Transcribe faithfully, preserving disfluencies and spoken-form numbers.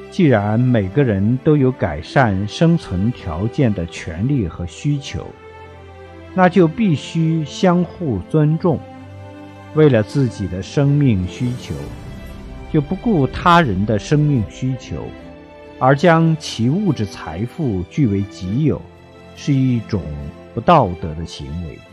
既然每个人都有改善生存条件的权利和需求，那就必须相互尊重。为了自己的生命需求，就不顾他人的生命需求，而将其物质财富据为己有，是一种不道德的行为。